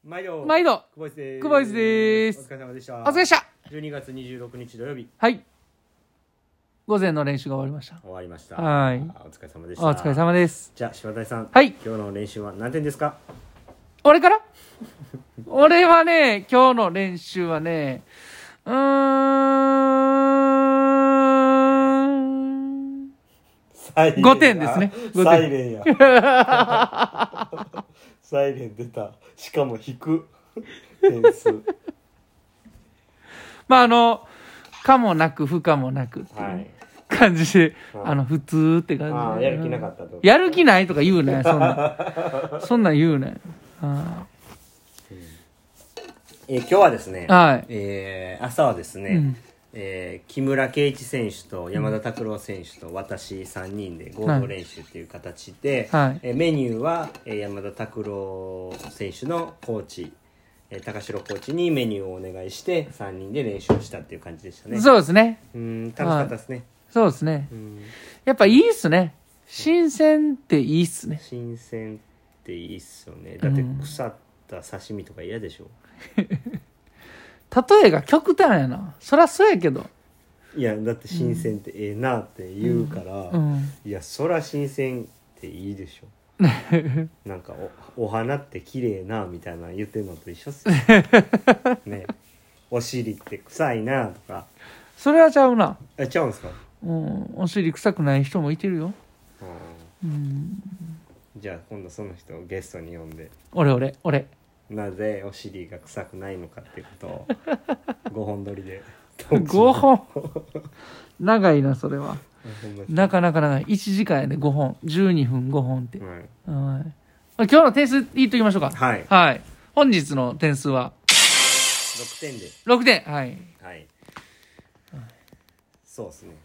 毎度久保井です。 保井です。 お疲れ様でした。 お疲れでした。 12月26日土曜日はい。午前の練習が終わりました。 終わりました。 はい。 お疲れ様でした。 お疲れ様です。 じゃあ柴谷さん、 はい。 今日の練習は何点ですか？ 俺から俺はね、今日の練習はね、5点ですね。5点。 サイレンや。サイレン出た。しかも引く点数。 まあ可もなく不可もなくっていう感じで、 はい、 普通って感じで。 やる気なかったと。 やる気ないとか言うね。そんなん言うね。 今日はですね、 はい。 朝はですね、木村敬一選手と山田拓郎選手と私3人で合同練習という形で、メニューは、山田拓郎選手のコーチ、高城コーチにメニューをお願いして3人で練習をしたっていう感じでしたね。 そうですね。 楽しかったですね。 そうですね。やっぱいいっすね。新鮮っていいっすね。 新鮮っていいっすよね。だって腐った刺身とか嫌でしょ。 例えが極端やな。そりゃそうやけど。 いやだって新鮮ってええなって言うから、いやそりゃ新鮮っていいでしょ。なんか お花って綺麗なみたいな言ってるのと一緒っすよ。ね、お尻って臭いなとか。 それはちゃうな。 ちゃうんすか？ お尻臭くない人もいてるよ。 じゃあ今度その人をゲストに呼んで。 俺。 なぜお尻が臭くないのかっていうことを5本撮りで。 5本長いなそれは。なかなか長い。1時間やで5本12分5本って、今日の点数言っときましょうか。はい、本日の点数は 6点で 6点。はい、 そうですね。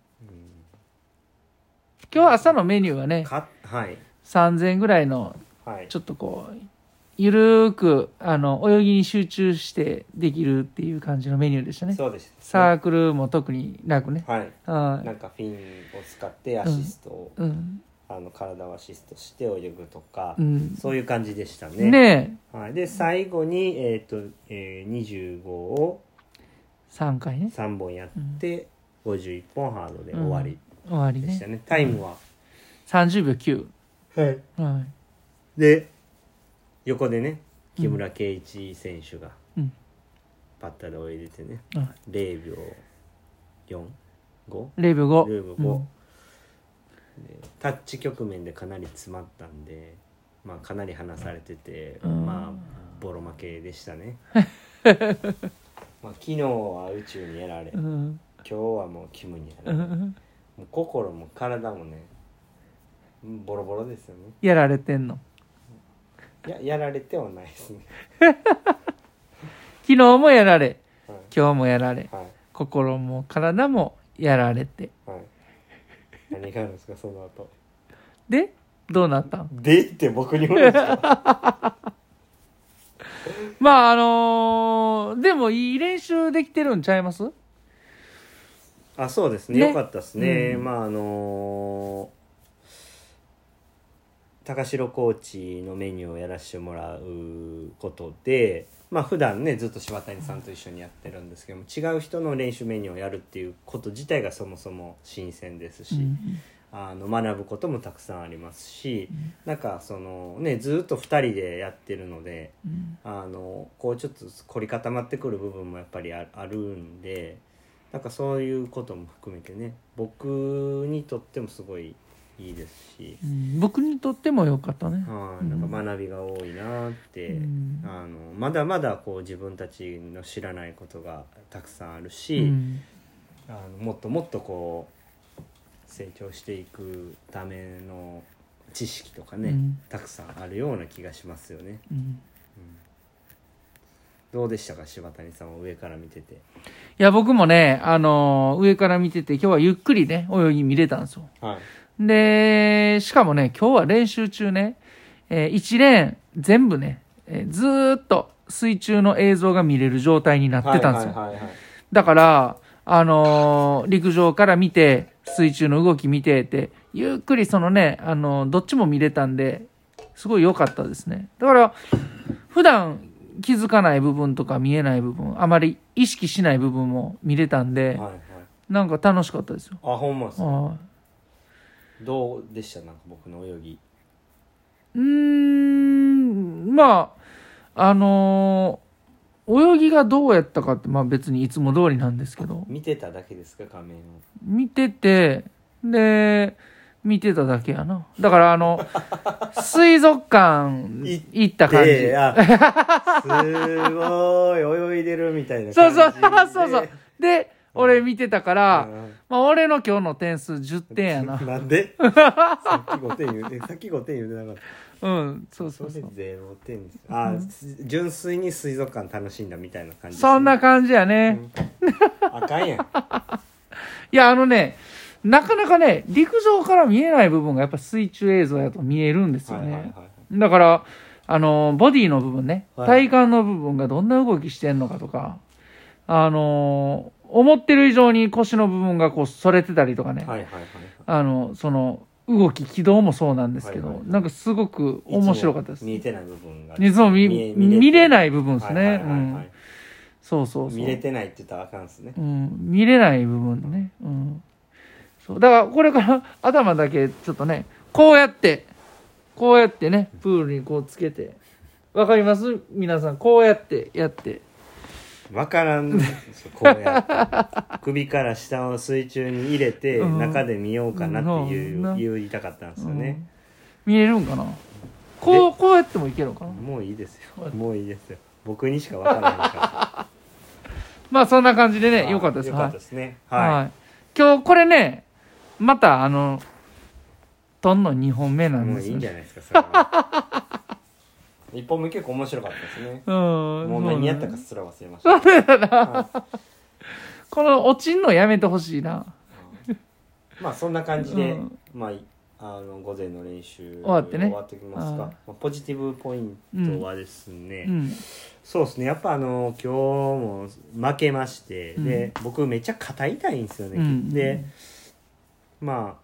今日朝のメニューはね、3000円ぐらいのちょっとこうゆるーく泳ぎに集中してできるっていう感じのメニューでしたね。 そうです、ね、 サークルも特になくね。 なんかフィンを使ってアシストを、体をアシストして泳ぐとか、そういう感じでしたね。で最後に25を 3回ね、 3本やって、51本ハードで終わりでしたね。 ね、 タイムは 30秒9。 で横でね木村敬一選手がパッタで泳いでてね、0秒4？5？ 0秒5。 0秒5、タッチ局面でかなり詰まったんで、かなり離されてて、ボロ負けでしたね。昨日は宇宙にやられ、今日はもうキムにやられ、もう心も体もねボロボロですよね。 やられてんの？ やられてはないですね。 昨日もやられ、今日もやられ、心も体もやられて、 何があるんですかその後でどうなったんでって僕に言うんですか？ でもいい練習できてるんちゃいます？ そうですね、よかったですね。高城コーチのメニューをやらせてもらうことで、普段ねずっと柴谷さんと一緒にやってるんですけども、違う人の練習メニューをやるっていうこと自体がそもそも新鮮ですし、学ぶこともたくさんありますし、なんかそのねずっと2人でやってるので、こうちょっと凝り固まってくる部分もやっぱりあるんで、なんかそういうことも含めてね、僕にとってもすごいいいですし、 僕にとっても良かったね。 なんか学びが多いなって、まだまだこう自分たちの知らないことがたくさんあるし、もっともっとこう成長していくための知識とかね、たくさんあるような気がしますよね。どうでしたか柴谷さんは上から見てて。いや僕もね、上から見てて今日はゆっくりね泳ぎ見れたんですよ。でしかもね今日は練習中ね、1レーン全部ね、ずーっと水中の映像が見れる状態になってたんですよ。だから陸上から見て水中の動き見てってゆっくりそのねどっちも見れたんですごい良かったですね。だから普段気づかない部分とか見えない部分、あまり意識しない部分も見れたんで、 はいはい、 なんか楽しかったですよ。 あ、ほんまですか。 はどうでした、なんか僕の泳ぎ。 い。まあ、泳ぎがどうやったかって、まあ別にいつも通りなんですけど、 見てただけですか、画面を。 見てて、で、見てただけやな。だから水族館行った感じ。 すごい泳いでるみたいなそう感じで。 そうそう。で、俺見てたから、まあ俺の今日の点数10点やな。 なんでさっき5点言うて、さっき5点言うてなかった。 うん、そうそうそう。 それ0点です。純粋に水族館楽しんだみたいな感じですね。 そんな感じやね。 あかんやん。 いや、なかなかね、陸上から見えない部分がやっぱ水中映像やと見えるんですよね。だから、ボディの部分ね、体幹の部分がどんな動きしてんのかとか、思ってる以上に腰の部分がこう反れてたりとかね、その動き、軌道もそうなんですけど、なんかすごく面白かったです。 見えてない部分が。 いつも見れない部分ですね。そうそうそう。 見れてないって言ったらあかんですね。 見れない部分ね。そうだからこれから頭だけちょっとね、こうやってね、プールにこうつけて、わかります皆さん、こうやってやって。 わからん。こうやって首から下を水中に入れて、中で見ようかなって言いたかったんですよね。 見えるんかな。こうやってもいけるのかな。 もういいですよ。もういいですよ。僕にしかわからないから。 まあそんな感じでね、よかったです。 よかったですね。 はい。今日これね、またとんの2本目なんですよ。 もういいんじゃないですか、それは。1本目結構面白かったですね。もう何やったかすら忘れました。 そうだな。この落ちんのやめてほしいな。 まあそんな感じで、まあ午前の練習終わってきますか。ポジティブポイントはですね、そうですね、やっぱ今日も負けまして、で僕めっちゃ肩痛いんですよね。でま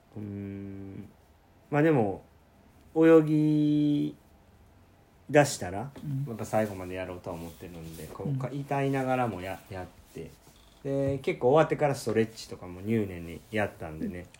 あでも泳ぎ出したらまた最後までやろうとは思ってるんで、痛いながらもやってで結構終わってからストレッチとかも入念にやったんでね。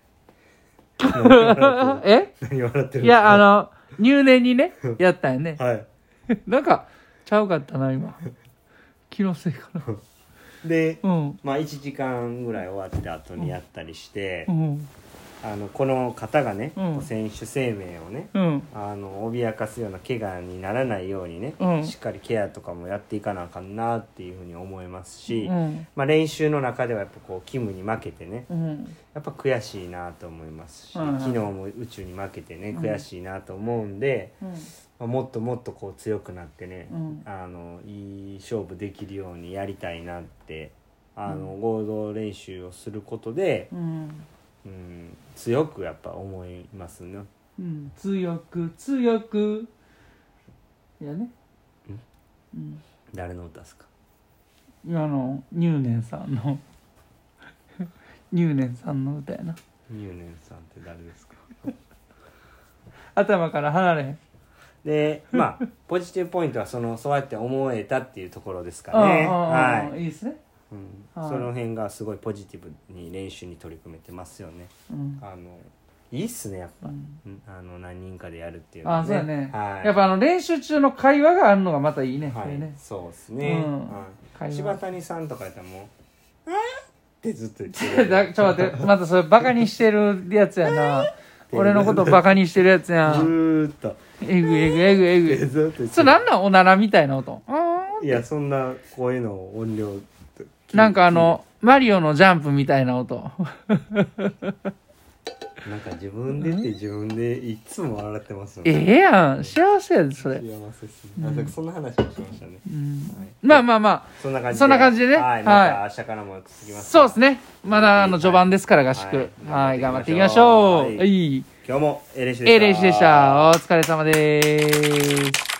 え？ 何笑ってるんですか？ いや入念にねやったんやね。 はい。 なんかちゃうかったな今。気のせいかな。 で、まあ1時間ぐらい終わって後にやったりして、この方がね、選手生命をね、脅かすような怪我にならないようにね、しっかりケアとかもやっていかなあかんなっていうふうに思いますし、まあ、練習の中ではやっぱこうキムに負けてね、やっぱ悔しいなと思いますし、昨日も宇宙に負けてね悔しいなと思うんで、まあ、もっともっとこう強くなってね、いい勝負できるようにやりたいなって合同練習をすることで、強くやっぱ思いますね。 強くいやね。 誰の歌ですか？ 入念さんの入念さんの歌やな。 入念さんって誰ですか？ 頭から離れへん。 でまあポジティブポイントはそうやって思えたっていうところですかね。はい。 いいですね。 その辺がすごいポジティブに練習に取り組めてますよね。いいっすねやっぱ、何人かでやるっていうのはね。 そうだね。やっぱ練習中の会話があるのがまたいいね。 そうですね。柴谷さんとかやったらもうってずっと言ってる。 ちょっと待って、またそれバカにしてるやつやな。俺のことバカにしてるやつやん。 ずーっとえぐそれなんなんおならみたいな音。 いやそんな声の音量なんかマリオのジャンプみたいな音。 なんか自分でって自分でいつも笑ってますよね。やん幸せやでそれ。 幸せっすね。そんな話をしましたね。 まあそんな感じでね。 はい。また明日からも続きます。 そうですね。まだ序盤ですから合宿。はい、頑張っていきましょう。はい。 今日も A 練習でした。お疲れ様です。